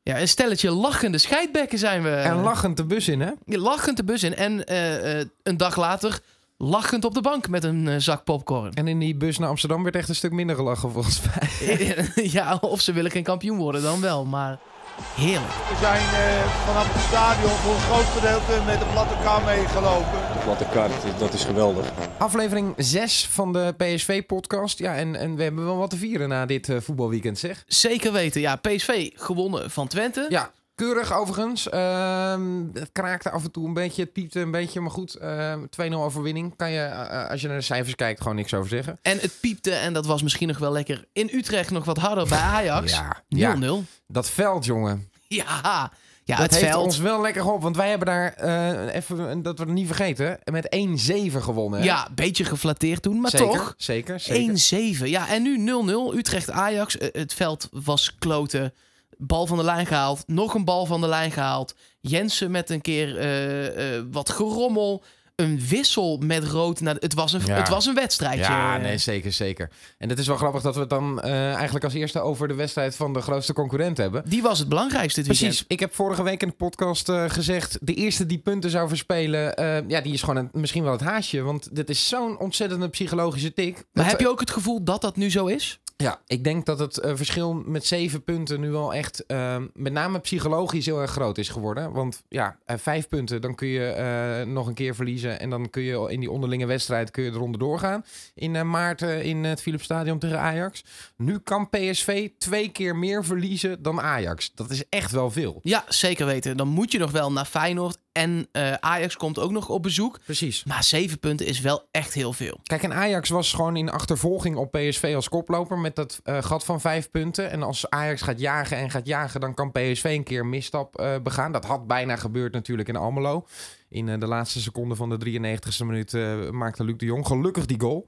Ja, een stelletje lachende scheidbekken zijn we. En lachend de bus in, hè? Lachend de bus in. En een dag later lachend op de bank met een zak popcorn. En in die bus naar Amsterdam werd echt een stuk minder gelachen, volgens mij. Ja, of ze willen geen kampioen worden, dan wel. Maar heerlijk. We zijn vanaf het stadion voor een groot gedeelte met de platte kar meegelopen. De platte kar, dat is geweldig. Aflevering 6 van de PSV-podcast. Ja, en we hebben wel wat te vieren na dit voetbalweekend, zeg. Zeker weten. Ja, PSV gewonnen van Twente. Ja, keurig overigens. Het kraakte af en toe een beetje, het piepte een beetje. Maar goed, 2-0 overwinning. Kan je, als je naar de cijfers kijkt, gewoon niks over zeggen. En het piepte, en dat was misschien nog wel lekker in Utrecht nog wat harder bij Ajax. 0-0. Ja, dat veld, jongen. Ja, dat het heeft veld. ons wel lekker geholpen. Want wij hebben daar, even dat we het niet vergeten, met 1-7 gewonnen. Hè? Ja, een beetje geflatteerd toen, maar zeker, toch. Zeker. 1-7. Ja, en nu 0-0. Utrecht-Ajax. Het veld was kloten. Bal van de lijn gehaald. Nog een bal van de lijn gehaald. Jensen met een keer wat gerommel. Een wissel met rood. Nou, het was een wedstrijdje. Ja, nee, zeker. En het is wel grappig dat we het dan eigenlijk als eerste over de wedstrijd van de grootste concurrent hebben. Die was het belangrijkste dit weekend. Precies. Ik heb vorige week in de podcast gezegd, de eerste die punten zou verspelen, die is gewoon misschien wel het haasje. Want dit is zo'n ontzettende psychologische tik. Maar heb je ook het gevoel dat dat nu zo is? Ja, ik denk dat het verschil met 7 punten nu al echt met name psychologisch heel erg groot is geworden. Want ja, 5 punten, dan kun je nog een keer verliezen. En dan kun je in die onderlinge wedstrijd kun je eronder doorgaan. In maart in het Philipsstadion tegen Ajax. Nu kan PSV 2 keer meer verliezen dan Ajax. Dat is echt wel veel. Ja, zeker weten. Dan moet je nog wel naar Feyenoord. En Ajax komt ook nog op bezoek. Precies. Maar 7 punten is wel echt heel veel. Kijk, en Ajax was gewoon in achtervolging op PSV als koploper met dat gat van 5 punten. En als Ajax gaat jagen, dan kan PSV een keer een misstap begaan. Dat had bijna gebeurd natuurlijk in Almelo. In de laatste seconde van de 93e minuut maakte Luc de Jong gelukkig die goal.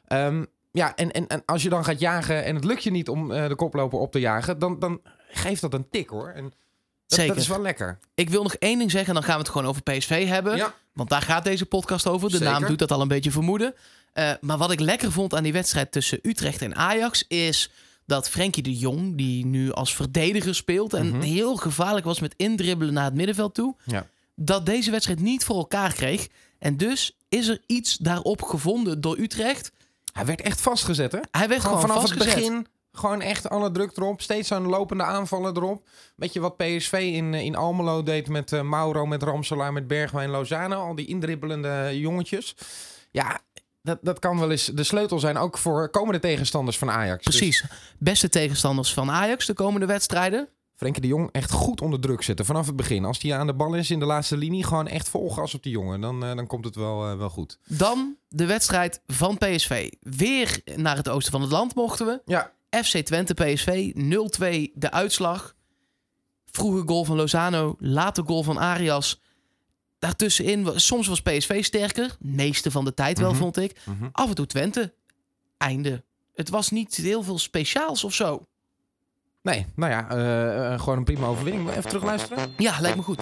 Ja, en als je dan gaat jagen en het lukt je niet om de koploper op te jagen, dan geeft dat een tik, hoor. En dat is wel lekker. Ik wil nog één ding zeggen, dan gaan we het gewoon over PSV hebben. Ja. Want daar gaat deze podcast over. De Zeker. naam doet dat al een beetje vermoeden. Maar wat ik lekker vond aan die wedstrijd tussen Utrecht en Ajax is dat Frenkie de Jong, die nu als verdediger speelt en heel gevaarlijk was met indribbelen naar het middenveld toe, dat deze wedstrijd niet voor elkaar kreeg. En dus is er iets daarop gevonden door Utrecht. Hij werd echt vastgezet, hè? Hij werd gewoon vanaf vastgezet. het begin. Gewoon echt alle druk erop. Steeds zo'n lopende aanvallen erop. Weet je wat PSV in Almelo deed met Mauro, met Ramselaar, met Bergwijn, Lozano. Al die indribbelende jongetjes. Ja, dat kan wel eens de sleutel zijn. Ook voor komende tegenstanders van Ajax. Precies. Dus Beste tegenstanders van Ajax de komende wedstrijden. Frenkie de Jong echt goed onder druk zetten vanaf het begin. Als hij aan de bal is in de laatste linie, gewoon echt vol gas op die jongen. Dan komt het wel goed. Dan de wedstrijd van PSV. Weer naar het oosten van het land mochten we. Ja. FC Twente PSV 0-2 de uitslag. Vroege goal van Lozano, late goal van Arias. Daartussenin, soms was PSV sterker. Meeste van de tijd wel, vond ik. Af en toe Twente. Einde. Het was niet heel veel speciaals of zo. Nee, nou ja, gewoon een prima overwinning. Even terugluisteren. Ja, lijkt me goed.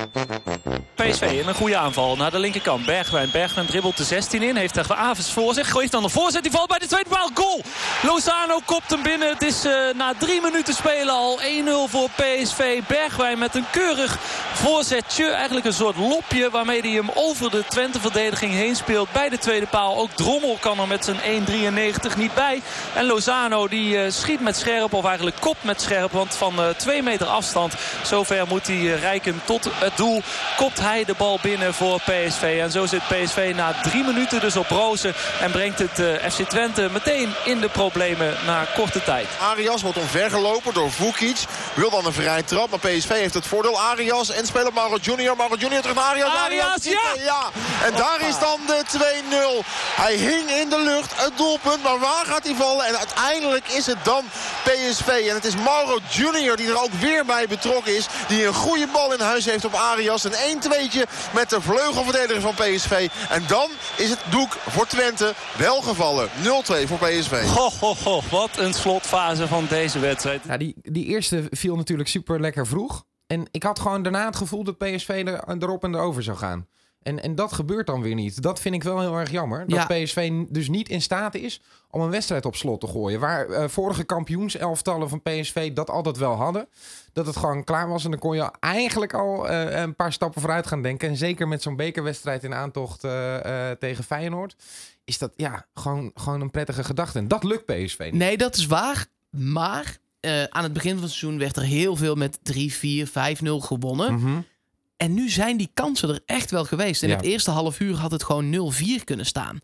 PSV in een goede aanval naar de linkerkant. Bergwijn dribbelt de 16 in. Heeft tegen Avers voor zich. Gooit dan de voorzet. Die valt bij de tweede paal. Goal! Lozano kopt hem binnen. Het is na 3 minuten spelen al 1-0 voor PSV. Bergwijn met een keurig voorzetje. Eigenlijk een soort lopje waarmee hij hem over de Twente-verdediging heen speelt. Bij de tweede paal. Ook Drommel kan er met zijn 1,93 niet bij. En Lozano die schiet met scherp. Of eigenlijk kopt met scherp. Want van 2 meter afstand, zover moet hij reiken tot het doel, kopt hij de bal binnen voor PSV. En zo zit PSV na 3 minuten dus op rozen en brengt het FC Twente meteen in de problemen na korte tijd. Arias wordt omvergelopen door Vukic. Wil dan een vrije trap, maar PSV heeft het voordeel. Arias en speler Mauro Junior. Mauro Junior terug naar Arias. Arias, ja! En daar is dan de 2-0. Hij hing in de lucht, het doelpunt. Maar waar gaat hij vallen? En uiteindelijk is het dan PSV. En het is Mauro Junior die er ook weer bij betrokken is. Die een goede bal in huis heeft op Arias. Een 1-2'tje met de vleugelverdediger van PSV. En dan is het doek voor Twente wel gevallen. 0-2 voor PSV. Wat een slotfase van deze wedstrijd. Ja, die eerste viel natuurlijk super lekker vroeg. En ik had gewoon daarna het gevoel dat PSV erop en erover zou gaan. En dat gebeurt dan weer niet. Dat vind ik wel heel erg jammer. Dat PSV dus niet in staat is om een wedstrijd op slot te gooien. Waar vorige kampioenselftallen van PSV dat altijd wel hadden. Dat het gewoon klaar was. En dan kon je eigenlijk al een paar stappen vooruit gaan denken. En zeker met zo'n bekerwedstrijd in aantocht tegen Feyenoord. Is dat gewoon een prettige gedachte. En dat lukt PSV niet. Nee, dat is waar. Maar aan het begin van het seizoen werd er heel veel met 3-4, 5-0 gewonnen. Mm-hmm. En nu zijn die kansen er echt wel geweest. In het eerste half uur had het gewoon 0-4 kunnen staan.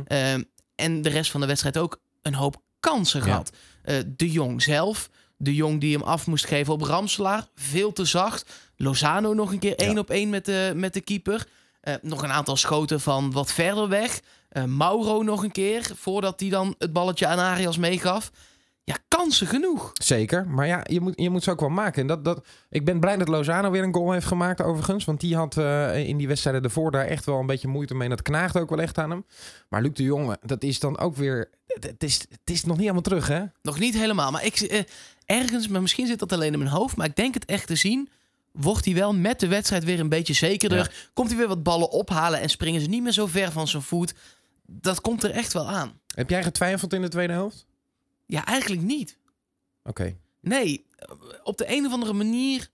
En de rest van de wedstrijd ook een hoop kansen gehad. De Jong zelf. De Jong die hem af moest geven op Ramselaar. Veel te zacht. Lozano nog een keer 1-op-1 met de keeper. Nog een aantal schoten van wat verder weg. Mauro nog een keer. Voordat hij dan het balletje aan Arias meegaf. Ja, kansen genoeg. Zeker, maar ja, je moet ze ook wel maken. En ik ben blij dat Lozano weer een goal heeft gemaakt overigens. Want die had in die wedstrijden ervoor daar echt wel een beetje moeite mee. Dat knaagt ook wel echt aan hem. Maar Luc de Jong, dat is dan ook weer... Het is nog niet helemaal terug, hè? Nog niet helemaal, maar ergens... Maar misschien zit dat alleen in mijn hoofd. Maar ik denk het echt te zien... Wordt hij wel met de wedstrijd weer een beetje zekerder. Ja. Komt hij weer wat ballen ophalen... En springen ze niet meer zo ver van zijn voet. Dat komt er echt wel aan. Heb jij getwijfeld in de tweede helft? Ja, eigenlijk niet. Oké. Nee, op de een of andere manier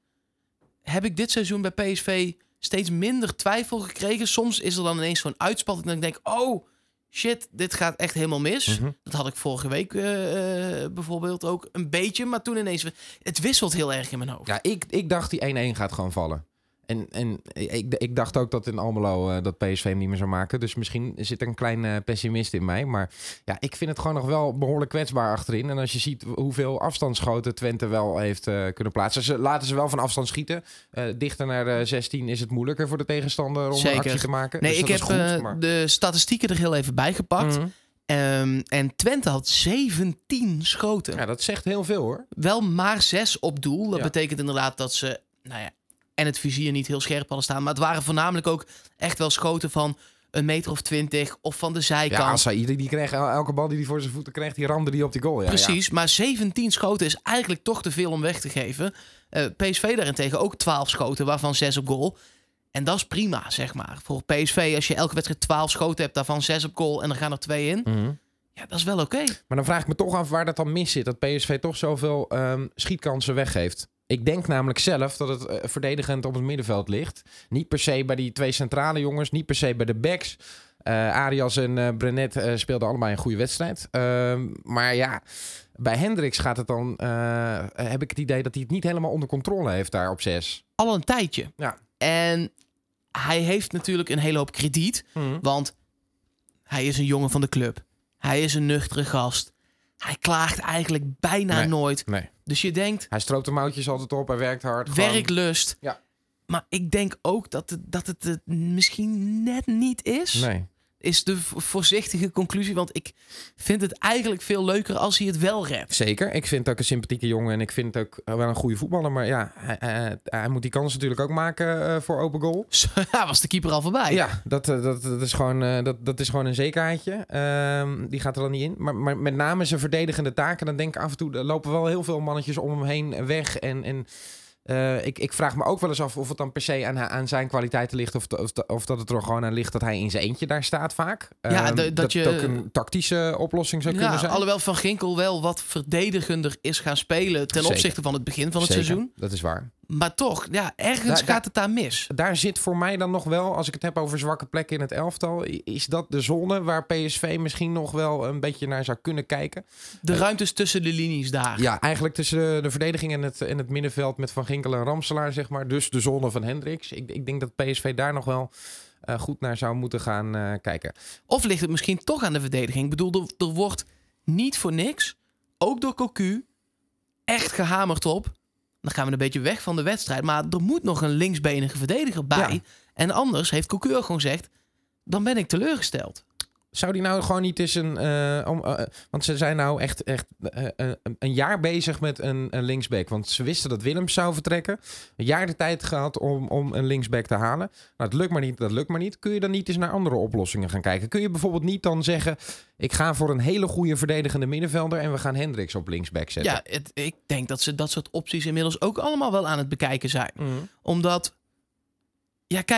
heb ik dit seizoen bij PSV steeds minder twijfel gekregen. Soms is er dan ineens zo'n uitspatting dat ik denk, oh shit, dit gaat echt helemaal mis. Mm-hmm. Dat had ik vorige week bijvoorbeeld ook een beetje, maar toen ineens... Het wisselt heel erg in mijn hoofd. Ja, ik dacht die 1-1 gaat gewoon vallen. En ik dacht ook dat in Almelo dat PSV hem niet meer zou maken. Dus misschien zit er een klein pessimist in mij. Maar ja, ik vind het gewoon nog wel behoorlijk kwetsbaar achterin. En als je ziet hoeveel afstandsschoten Twente wel heeft kunnen plaatsen. Laten ze wel van afstand schieten. Dichter naar de 16 is het moeilijker voor de tegenstander om een actie te maken. Nee, dus ik heb de statistieken er heel even bij gepakt. Mm-hmm. En Twente had 17 schoten. Ja, dat zegt heel veel hoor. Wel maar 6 op doel. Dat betekent inderdaad dat ze... en het vizier niet heel scherp hadden staan. Maar het waren voornamelijk ook echt wel schoten van 1,20 meter of van de zijkant. Ja, Saïd, die kreeg elke bal die hij voor zijn voeten kreeg, die ramde die op die goal. Ja, precies, maar 17 schoten is eigenlijk toch te veel om weg te geven. PSV daarentegen ook 12 schoten, waarvan 6 op goal. En dat is prima, zeg maar. Voor PSV, als je elke wedstrijd 12 schoten hebt, daarvan 6 op goal en er gaan er 2 in. Mm-hmm. Ja, dat is wel oké. Maar dan vraag ik me toch af waar dat dan mis zit. Dat PSV toch zoveel schietkansen weggeeft. Ik denk namelijk zelf dat het verdedigend op het middenveld ligt. Niet per se bij die 2 centrale jongens. Niet per se bij de backs. Arias en Brenet speelden allebei een goede wedstrijd. Maar ja, bij Hendricks gaat het dan... heb ik het idee dat hij het niet helemaal onder controle heeft daar op 6. Al een tijdje. Ja. En hij heeft natuurlijk een hele hoop krediet. Want hij is een jongen van de club. Hij is een nuchtere gast. Hij klaagt eigenlijk bijna nooit. Nee. Dus je denkt... Hij stroopt de mouwtjes altijd op. Hij werkt hard. Werklust. Ja. Maar ik denk ook dat het misschien net niet is. Nee. Is de voorzichtige conclusie. Want ik vind het eigenlijk veel leuker als hij het wel redt. Zeker. Ik vind het ook een sympathieke jongen. En ik vind het ook wel een goede voetballer. Maar ja, hij moet die kans natuurlijk ook maken voor open goal. Ja, was de keeper al voorbij. Ja, dat is gewoon een zekerheidje. Die gaat er dan niet in. Maar met name zijn verdedigende taken. Dan denk ik af en toe, er lopen wel heel veel mannetjes om hem heen weg. En ik vraag me ook wel eens af of het dan per se aan zijn kwaliteiten ligt. Of dat het er gewoon aan ligt dat hij in zijn eentje daar staat vaak. Ja, dat je... ook een tactische oplossing zou kunnen zijn. Alhoewel Van Ginkel wel wat verdedigender is gaan spelen ten opzichte van het begin van het seizoen. Dat is waar. Maar toch, ja, ergens gaat het daar mis. Daar zit voor mij dan nog wel, als ik het heb over zwakke plekken in het elftal, is dat de zone waar PSV misschien nog wel een beetje naar zou kunnen kijken. De ruimtes tussen de linies daar. Ja, eigenlijk tussen de verdediging en het middenveld met Van Ginkel en Ramselaar, zeg maar. Dus de zone van Hendricks. Ik denk dat PSV daar nog wel goed naar zou moeten gaan kijken. Of ligt het misschien toch aan de verdediging? Ik bedoel, er wordt niet voor niks, ook door Cocu, echt gehamerd op. Dan gaan we een beetje weg van de wedstrijd. Maar er moet nog een linksbenige verdediger bij. Ja. En anders heeft Cocu gewoon gezegd, dan ben ik teleurgesteld. Zou die nou gewoon niet eens want ze zijn nou echt een jaar bezig met een linksback. Want ze wisten dat Willems zou vertrekken. Een jaar de tijd gehad om een linksback te halen. Nou, dat lukt maar niet. Kun je dan niet eens naar andere oplossingen gaan kijken? Kun je bijvoorbeeld niet dan zeggen, ik ga voor een hele goede verdedigende middenvelder en we gaan Hendricks op linksback zetten? Ja, ik denk dat ze dat soort opties inmiddels ook allemaal wel aan het bekijken zijn. Omdat, ja kijk,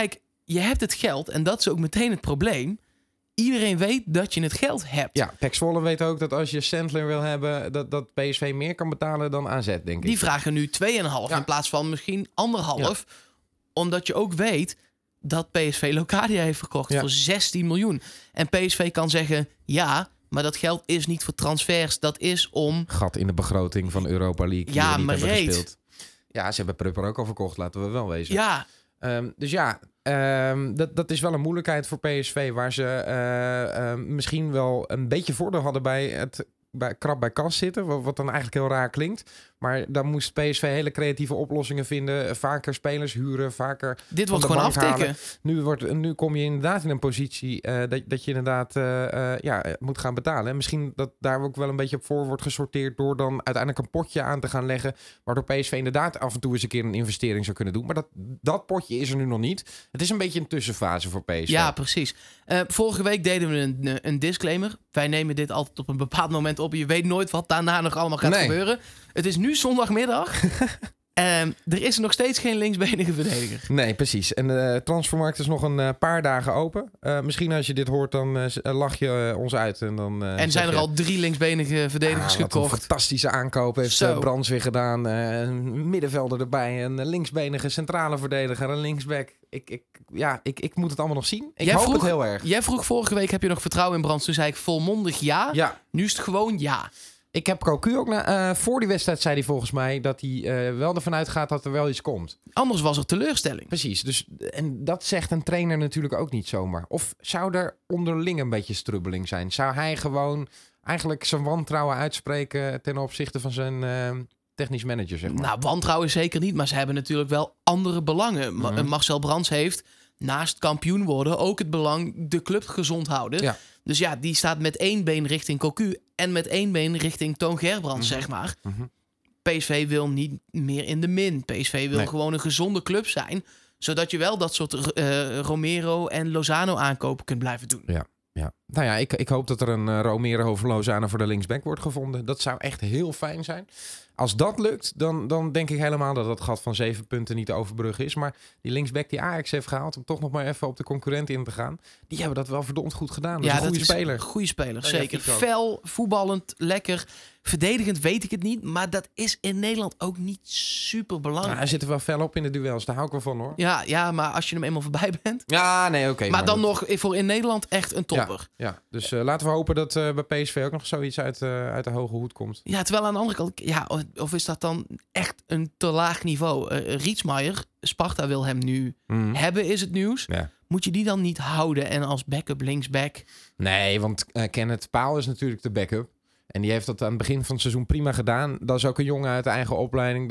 je hebt het geld en dat is ook meteen het probleem. Iedereen weet dat je het geld hebt. Ja, PEC Zwolle weet ook dat als je Sandler wil hebben, dat PSV meer kan betalen dan AZ, denk ik. Die vragen nu 2,5 in plaats van misschien 1,5. Ja. Omdat je ook weet dat PSV Locadia heeft verkocht voor 16 miljoen. En PSV kan zeggen, ja, maar dat geld is niet voor transfers. Dat is om... Gat in de begroting van Europa League. Ja, die maar hebben gespeeld. Ja, ze hebben Prupper ook al verkocht, laten we wel wezen. Ja. Dus ja, dat is wel een moeilijkheid voor PSV... waar ze misschien wel een beetje voordeel hadden bij het krap bij kas zitten... wat dan eigenlijk heel raar klinkt. Maar dan moest PSV hele creatieve oplossingen vinden. Vaker spelers huren, vaker... Dit wordt gewoon aftikken. Nu kom je inderdaad in een positie dat je inderdaad moet gaan betalen. En misschien dat daar ook wel een beetje op voor wordt gesorteerd... door dan uiteindelijk een potje aan te gaan leggen... waardoor PSV inderdaad af en toe eens een keer een investering zou kunnen doen. Maar dat potje is er nu nog niet. Het is een beetje een tussenfase voor PSV. Ja, precies. Vorige week deden we een disclaimer. Wij nemen dit altijd op een bepaald moment op. Je weet nooit wat daarna nog allemaal gaat gebeuren. Het is nu zondagmiddag. Er is nog steeds geen linksbenige verdediger. Nee, precies. En de transfermarkt is nog een paar dagen open. Misschien als je dit hoort, dan lach je ons uit. En zijn er al 3 linksbenige verdedigers gekocht. Een fantastische aankoop heeft Brands weer gedaan. Een middenvelder erbij. Een linksbenige centrale verdediger. Een linksback. Ik moet het allemaal nog zien. Ik hoop het heel erg. Jij vroeg vorige week, heb je nog vertrouwen in Brands? Toen zei ik volmondig ja. Nu is het gewoon ja. Ik heb Cocu ook voor die wedstrijd zei hij volgens mij dat hij wel ervan uitgaat dat er wel iets komt. Anders was er teleurstelling. Precies. Dus, en dat zegt een trainer natuurlijk ook niet zomaar. Of zou er onderling een beetje strubbeling zijn? Zou hij gewoon eigenlijk zijn wantrouwen uitspreken ten opzichte van zijn technisch manager, zeg maar? Nou, wantrouwen zeker niet, maar ze hebben natuurlijk wel andere belangen. Marcel Brands heeft naast kampioen worden ook het belang de club gezond houden. Ja. Dus ja, die staat met 1 been richting Cocu en met 1 been richting Toon Gerbrands, zeg maar. PSV wil niet meer in de min. PSV wil gewoon een gezonde club zijn, zodat je wel dat soort Romero en Lozano aankopen kunt blijven doen. Ja. Nou ja, ik hoop dat er een Romero of Lozano voor de linksback wordt gevonden. Dat zou echt heel fijn zijn. Als dat lukt, dan denk ik helemaal dat gat van 7 punten niet te overbruggen is. Maar die linksback die Ajax heeft gehaald, om toch nog maar even op de concurrent in te gaan, die hebben dat wel verdomd goed gedaan. Dat is een goede speler. Goede speler, zeker. Fel, voetballend, lekker. Verdedigend weet ik het niet, maar dat is in Nederland ook niet super belangrijk. Nou, hij zit er wel fel op in de duels, daar hou ik wel van, hoor. Ja, maar als je hem eenmaal voorbij bent... Ja, nee, oké. Maar dan nog voor in Nederland echt een topper. Ja. Dus laten we hopen dat bij PSV ook nog zoiets uit de hoge hoed komt. Ja, terwijl aan de andere kant... Ja, of is dat dan echt een te laag niveau? Rietsmaier, Sparta wil hem nu hebben, is het nieuws. Ja. Moet je die dan niet houden en als backup linksback? Nee, want Kenneth Paal is natuurlijk de backup. En die heeft dat aan het begin van het seizoen prima gedaan. Dat is ook een jongen uit de eigen opleiding.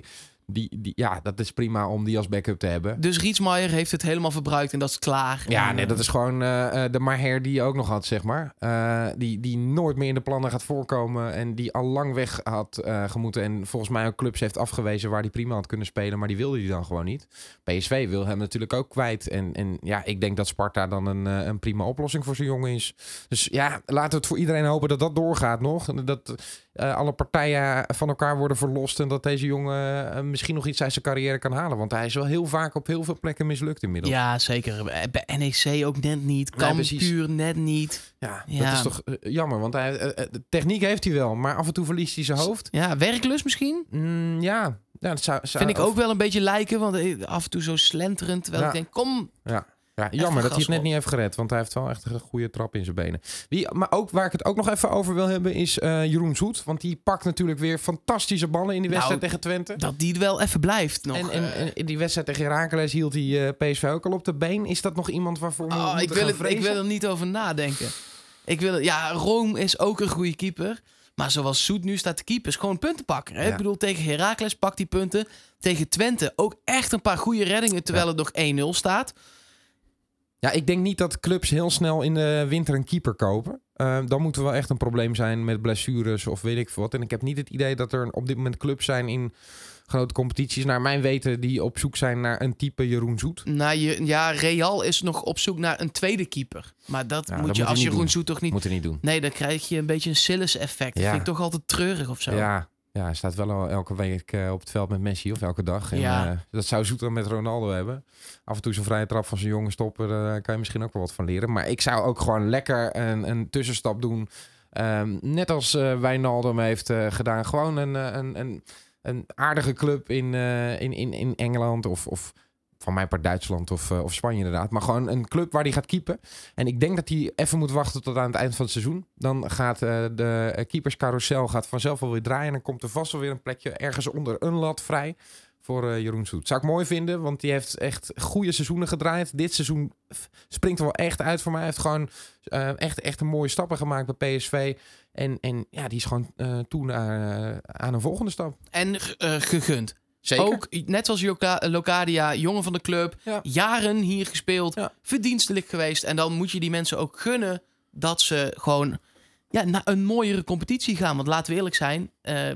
Dat is prima om die als backup te hebben. Dus Rietsmaier heeft het helemaal verbruikt en dat is klaar. Ja, nee, dat is gewoon de Maher die je ook nog had, zeg maar. Die nooit meer in de plannen gaat voorkomen. En die al lang weg had gemoeten. En volgens mij ook clubs heeft afgewezen waar hij prima had kunnen spelen. Maar die wilde hij dan gewoon niet. PSV wil hem natuurlijk ook kwijt. En ik denk dat Sparta dan een prima oplossing voor zo'n jongen is. Dus ja, laten we het voor iedereen hopen dat dat doorgaat nog. Dat alle partijen van elkaar worden verlost. En dat deze jongen misschien nog iets uit zijn carrière kan halen. Want hij is wel heel vaak op heel veel plekken mislukt inmiddels. Ja, zeker. Bij NEC ook net niet. Cambuur net niet. Ja, dat is toch jammer. Want techniek heeft hij wel. Maar af en toe verliest hij zijn hoofd. Ja, werklust misschien? Ja, dat zou vind ik ook wel een beetje lijken. Want af en toe zo slenterend. Terwijl ik denk, kom... Ja, jammer dat hij het net niet heeft gered. Want hij heeft wel echt een goede trap in zijn benen. Maar ook waar ik het ook nog even over wil hebben is Jeroen Zoet. Want die pakt natuurlijk weer fantastische ballen in die wedstrijd tegen Twente. Dat die wel even blijft nog. En in die wedstrijd tegen Heracles hield hij PSV ook al op de been. Is dat nog iemand waarvoor we ik wil er niet over nadenken. Room is ook een goede keeper. Maar zoals Zoet nu staat te keeper, is gewoon punten pakken. Hè? Ik bedoel, tegen Heracles pakt hij punten. Tegen Twente ook echt een paar goede reddingen, terwijl het nog 1-0 staat. Ja, ik denk niet dat clubs heel snel in de winter een keeper kopen. Dan moet er wel echt een probleem zijn met blessures of weet ik veel wat. En ik heb niet het idee dat er op dit moment clubs zijn in grote competities, naar mijn weten, die op zoek zijn naar een type Jeroen Zoet. Real is nog op zoek naar een tweede keeper. Maar dat moet je als Jeroen Zoet toch niet... Moet er niet doen. Nee, dan krijg je een beetje een Sillis effect. Dat vind ik toch altijd treurig of zo. Ja. Ja, hij staat wel al elke week op het veld met Messi of elke dag. En, Ja. Dat zou Zoet dan met Ronaldo hebben. Af en toe zo'n vrije trap van zijn jonge stopper, daar kan je misschien ook wel wat van leren. Maar ik zou ook gewoon lekker een tussenstap doen. Net als Wijnaldum heeft gedaan. Gewoon een aardige club in Engeland of van mijn part Duitsland of Spanje inderdaad. Maar gewoon een club waar hij gaat keepen. En ik denk dat hij even moet wachten tot aan het eind van het seizoen. Dan gaat de keeperscarousel vanzelf wel weer draaien. En dan komt er vast wel weer een plekje ergens onder een lat vrij voor Jeroen Zoet. Zou ik mooi vinden, want die heeft echt goede seizoenen gedraaid. Dit seizoen springt er wel echt uit voor mij. Hij heeft gewoon echt een mooie stappen gemaakt bij PSV. En ja, die is gewoon toe aan een volgende stap. En gegund. Zeker. Ook, net zoals Locadia, jongen van de club. Ja. Jaren hier gespeeld. Ja. Verdienstelijk geweest. En dan moet je die mensen ook gunnen dat ze gewoon naar een mooiere competitie gaan. Want laten we eerlijk zijn.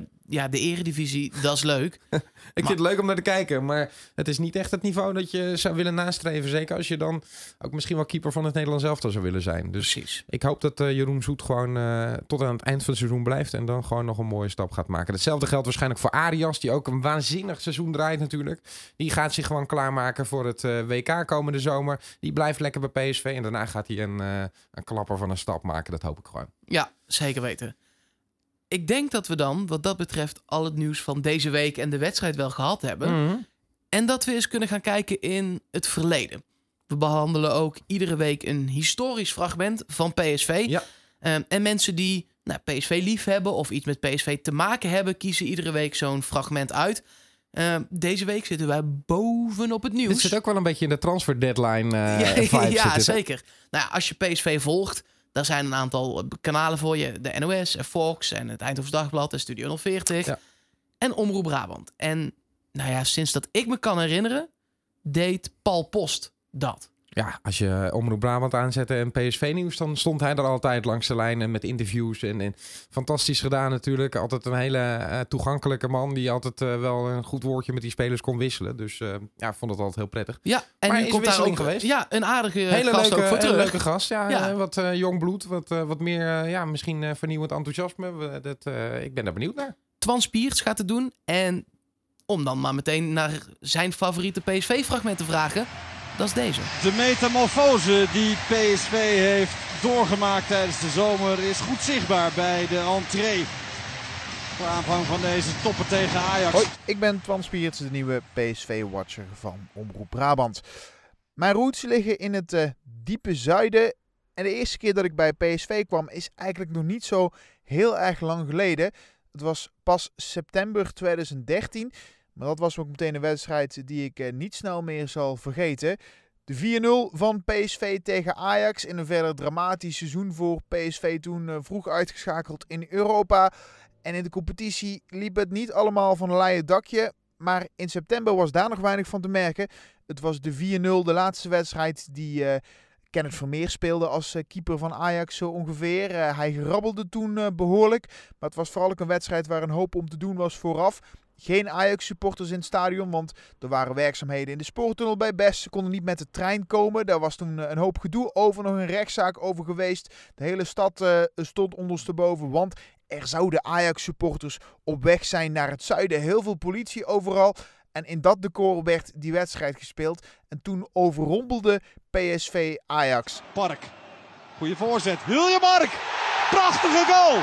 De Eredivisie, dat is leuk. Ik vind het leuk om naar te kijken, maar het is niet echt het niveau dat je zou willen nastreven. Zeker als je dan ook misschien wel keeper van het Nederlands elftal zou willen zijn. Dus Precies. ik hoop dat Jeroen Zoet gewoon tot aan het eind van het seizoen blijft en dan gewoon nog een mooie stap gaat maken. Hetzelfde geldt waarschijnlijk voor Arias, die ook een waanzinnig seizoen draait natuurlijk. Die gaat zich gewoon klaarmaken voor het WK komende zomer. Die blijft lekker bij PSV en daarna gaat hij een klapper van een stap maken. Dat hoop ik gewoon. Ja, zeker weten. Ik denk dat we dan, wat dat betreft, al het nieuws van deze week en de wedstrijd wel gehad hebben. Mm-hmm. En dat we eens kunnen gaan kijken in het verleden. We behandelen ook iedere week een historisch fragment van PSV. Ja. En mensen die PSV lief hebben of iets met PSV te maken hebben, kiezen iedere week zo'n fragment uit. Deze week zitten wij bovenop het nieuws. Dit zit ook wel een beetje in de transfer deadline vibe. Ja, zeker. Nou ja, als je PSV volgt, daar zijn een aantal kanalen voor je. De NOS en Fox en het Eindhoven Dagblad en Studio 040. Ja. En Omroep Brabant. En nou ja, sinds dat ik me kan herinneren, deed Paul Post dat. Ja, als je Omroep Brabant aanzette en PSV-nieuws, dan stond hij er altijd langs de lijn en met interviews. En fantastisch gedaan natuurlijk. Altijd een hele toegankelijke man die altijd wel een goed woordje met die spelers kon wisselen. Dus ik vond het altijd heel prettig. Ja, en Maar nu is komt daar ook wisseling geweest? Ja, een aardige Hele gast ook voor terug. leuke gast. Ja, Ja. wat jong bloed, wat meer misschien vernieuwend enthousiasme. Ik ben daar benieuwd naar. Twan Spierts gaat het doen. En om dan maar meteen naar zijn favoriete PSV-fragment te vragen, dat is deze. De metamorfose die PSV heeft doorgemaakt tijdens de zomer is goed zichtbaar bij de entree. Voor aanvang van deze toppen tegen Ajax. Hoi, ik ben Twan Spierts, de nieuwe PSV-watcher van Omroep Brabant. Mijn roots liggen in het diepe zuiden. En de eerste keer dat ik bij PSV kwam is eigenlijk nog niet zo heel erg lang geleden. Het was pas september 2013. Maar dat was ook meteen een wedstrijd die ik niet snel meer zal vergeten. De 4-0 van PSV tegen Ajax in een verder dramatisch seizoen voor PSV, toen vroeg uitgeschakeld in Europa. En in de competitie liep het niet allemaal van een leien dakje. Maar in september was daar nog weinig van te merken. Het was de 4-0, de laatste wedstrijd die Kenneth Vermeer speelde als keeper van Ajax zo ongeveer. Hij grabbelde toen behoorlijk. Maar het was vooral ook een wedstrijd waar een hoop om te doen was vooraf. Geen Ajax-supporters in het stadion, want er waren werkzaamheden in de spoortunnel bij Best. Ze konden niet met de trein komen. Daar was toen een hoop gedoe over, nog een rechtszaak over geweest. De hele stad stond ondersteboven, want er zouden Ajax-supporters op weg zijn naar het zuiden. Heel veel politie overal. En in dat decor werd die wedstrijd gespeeld. En toen overrompelde PSV Ajax. Park. Goeie voorzet. Hiljemark. Prachtige goal.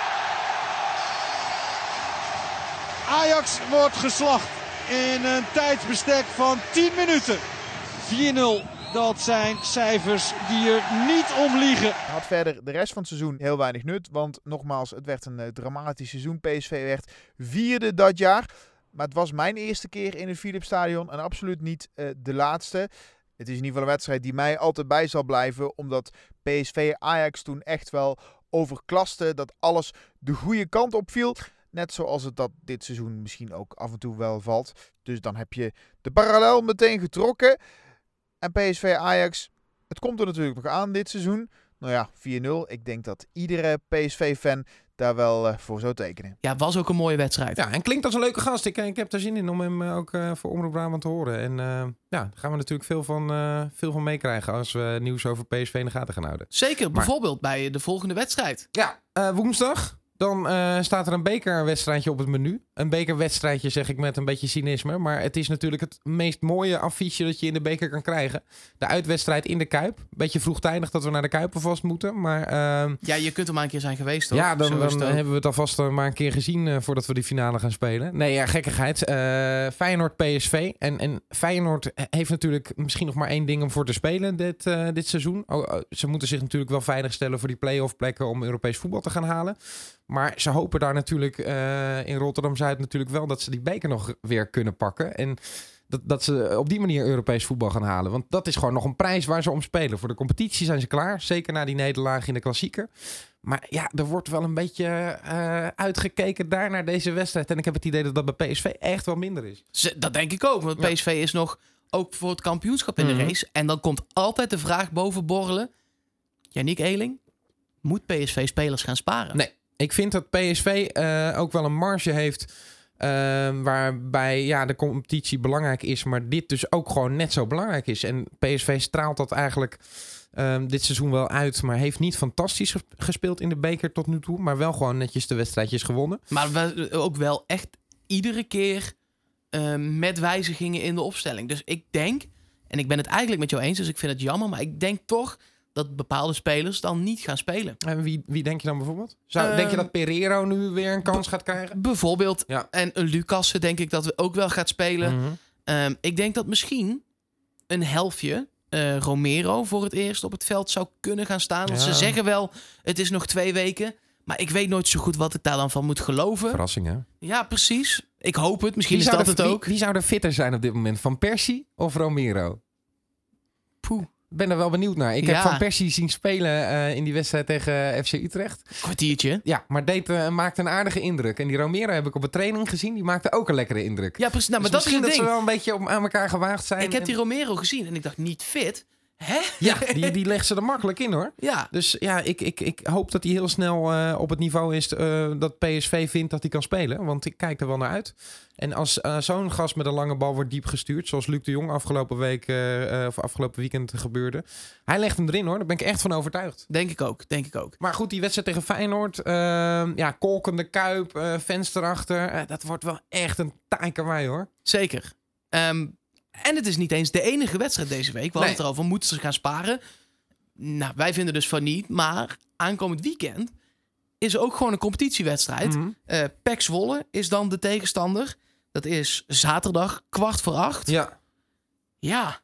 Ajax wordt geslacht in een tijdsbestek van 10 minuten. 4-0. Dat zijn cijfers die er niet om liegen. Had verder de rest van het seizoen heel weinig nut. Want nogmaals, het werd een dramatisch seizoen. PSV werd 4e dat jaar. Maar het was mijn eerste keer in het Philipsstadion en absoluut niet de laatste. Het is in ieder geval een wedstrijd die mij altijd bij zal blijven. Omdat PSV Ajax toen echt wel overklaste. Dat alles de goede kant op viel. Net zoals het dat dit seizoen misschien ook af en toe wel valt. Dus dan heb je de parallel meteen getrokken. En PSV Ajax, het komt er natuurlijk nog aan dit seizoen. Nou ja, 4-0. Ik denk dat iedere PSV-fan daar wel voor zou tekenen. Ja, was ook een mooie wedstrijd. Ja, en klinkt als een leuke gast. Ik heb er zin in om hem ook voor Omroep Brabant te horen. En daar gaan we natuurlijk veel van meekrijgen als we nieuws over PSV in de gaten gaan houden. Zeker, bijvoorbeeld bij de volgende wedstrijd. Ja, woensdag. Dan staat er een bekerwedstrijdje op het menu. Een bekerwedstrijdje zeg ik met een beetje cynisme. Maar het is natuurlijk het meest mooie affiche dat je in de beker kan krijgen. De uitwedstrijd in de Kuip. Beetje vroegtijdig dat we naar de Kuip alvast moeten. Maar, ja, je kunt er maar een keer zijn geweest, toch? Ja, dan hebben we het alvast maar een keer gezien voordat we die finale gaan spelen. Nee, ja, gekkigheid. Feyenoord-PSV. En Feyenoord heeft natuurlijk misschien nog maar één ding om voor te spelen dit seizoen. Ze moeten zich natuurlijk wel veilig stellen voor die play-off plekken om Europees voetbal te gaan halen. Maar ze hopen daar natuurlijk in Rotterdam-Zuid natuurlijk wel dat ze die beker nog weer kunnen pakken. En dat ze op die manier Europees voetbal gaan halen. Want dat is gewoon nog een prijs waar ze om spelen. Voor de competitie zijn ze klaar. Zeker na die nederlaag in de klassieker. Maar ja, er wordt wel een beetje uitgekeken daar naar deze wedstrijd. En ik heb het idee dat dat bij PSV echt wel minder is. Dat denk ik ook. Want PSV is nog ook voor het kampioenschap in de race. En dan komt altijd de vraag boven borrelen. Yannick Eeling, moet PSV spelers gaan sparen? Nee. Ik vind dat PSV ook wel een marge heeft waarbij de competitie belangrijk is, maar dit dus ook gewoon net zo belangrijk is. En PSV straalt dat eigenlijk dit seizoen wel uit, maar heeft niet fantastisch gespeeld in de beker tot nu toe, maar wel gewoon netjes de wedstrijdjes gewonnen. Maar we ook wel echt iedere keer met wijzigingen in de opstelling. Dus ik denk, en ik ben het eigenlijk met jou eens, dus ik vind het jammer, maar ik denk toch dat bepaalde spelers dan niet gaan spelen. En wie denk je dan bijvoorbeeld? Denk je dat Pereiro nu weer een kans gaat krijgen? Bijvoorbeeld. Ja. En een Lucassen denk ik dat we ook wel gaat spelen. Mm-hmm. Ik denk dat misschien een helftje Romero voor het eerst op het veld zou kunnen gaan staan. Want ze zeggen wel, het is nog 2 weken. Maar ik weet nooit zo goed wat ik daar dan van moet geloven. Verrassing, hè? Ja, precies. Ik hoop het. Misschien is dat het ook. Wie zou er fitter zijn op dit moment? Van Persie of Romero? Poeh. Ik ben er wel benieuwd naar. Ik heb Van Persie zien spelen in die wedstrijd tegen FC Utrecht. Kwartiertje. Ja, maar maakte een aardige indruk. En die Romero heb ik op een training gezien. Die maakte ook een lekkere indruk. Ja, precies. Nou, maar dus dat is het ding. Dat ze wel een beetje aan elkaar gewaagd zijn. Ik heb die Romero gezien en ik dacht, niet fit. Hè? Ja, die legt ze er makkelijk in, hoor. Ja. Dus ja, ik hoop dat hij heel snel op het niveau is dat PSV vindt dat hij kan spelen. Want ik kijk er wel naar uit. En als zo'n gast met een lange bal wordt diep gestuurd, zoals Luc de Jong afgelopen weekend gebeurde. Hij legt hem erin, hoor. Daar ben ik echt van overtuigd. Denk ik ook. Maar goed, die wedstrijd tegen Feyenoord. Kolkende Kuip, fans erachter. Dat wordt wel echt een taai karwei, hoor. Zeker. En het is niet eens de enige wedstrijd deze week. We hadden het erover, moeten ze gaan sparen? Nou, wij vinden dus van niet. Maar aankomend weekend is ook gewoon een competitiewedstrijd. Mm-hmm. PEC Zwolle is dan de tegenstander. Dat is zaterdag 7:15. Ja. Ja.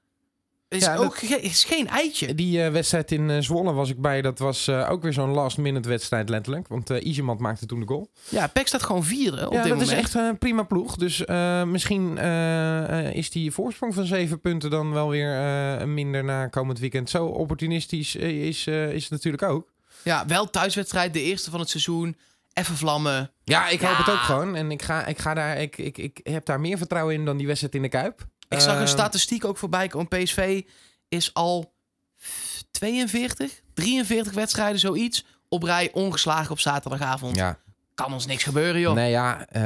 Is geen eitje. Die wedstrijd in Zwolle was ik bij. Dat was ook weer zo'n last-minute wedstrijd letterlijk. Want Iseman maakte toen de goal. Ja, PEC staat gewoon 4e op dit moment. Ja, dat is echt een prima ploeg. Dus misschien is die voorsprong van 7 punten dan wel weer minder na komend weekend. Zo opportunistisch is het natuurlijk ook. Ja, wel thuiswedstrijd. De eerste van het seizoen. Even vlammen. Ja, ik hoop het ook gewoon. En ik heb daar meer vertrouwen in dan die wedstrijd in de Kuip. Ik zag een statistiek ook voorbij komen. PSV is al 43 wedstrijden, zoiets, op rij ongeslagen op zaterdagavond. Ja. Kan ons niks gebeuren, joh. Nee,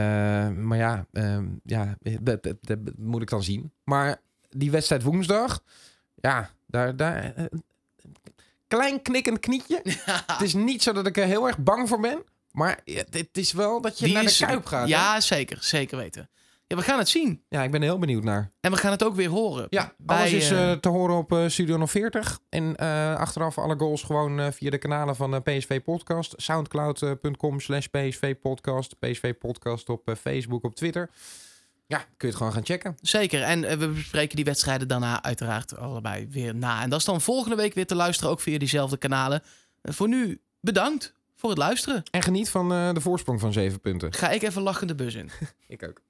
dat moet ik dan zien. Maar die wedstrijd woensdag, ja, daar klein knikkend knietje. Ja. Het is niet zo dat ik er heel erg bang voor ben. Maar het is wel dat je naar de Kuip gaat. Ja, hè? Zeker weten. Ja, we gaan het zien. Ja, ik ben er heel benieuwd naar. En we gaan het ook weer horen. Ja, alles is te horen op Studio 040. En achteraf alle goals gewoon via de kanalen van PSV Podcast. Soundcloud.com/PSV Podcast. PSV Podcast op Facebook, op Twitter. Ja, kun je het gewoon gaan checken. Zeker. En we bespreken die wedstrijden daarna uiteraard allebei weer na. En dat is dan volgende week weer te luisteren, ook via diezelfde kanalen. Voor nu, bedankt voor het luisteren. En geniet van de voorsprong van 7 punten. Ga ik even lachend de bus in. Ik ook.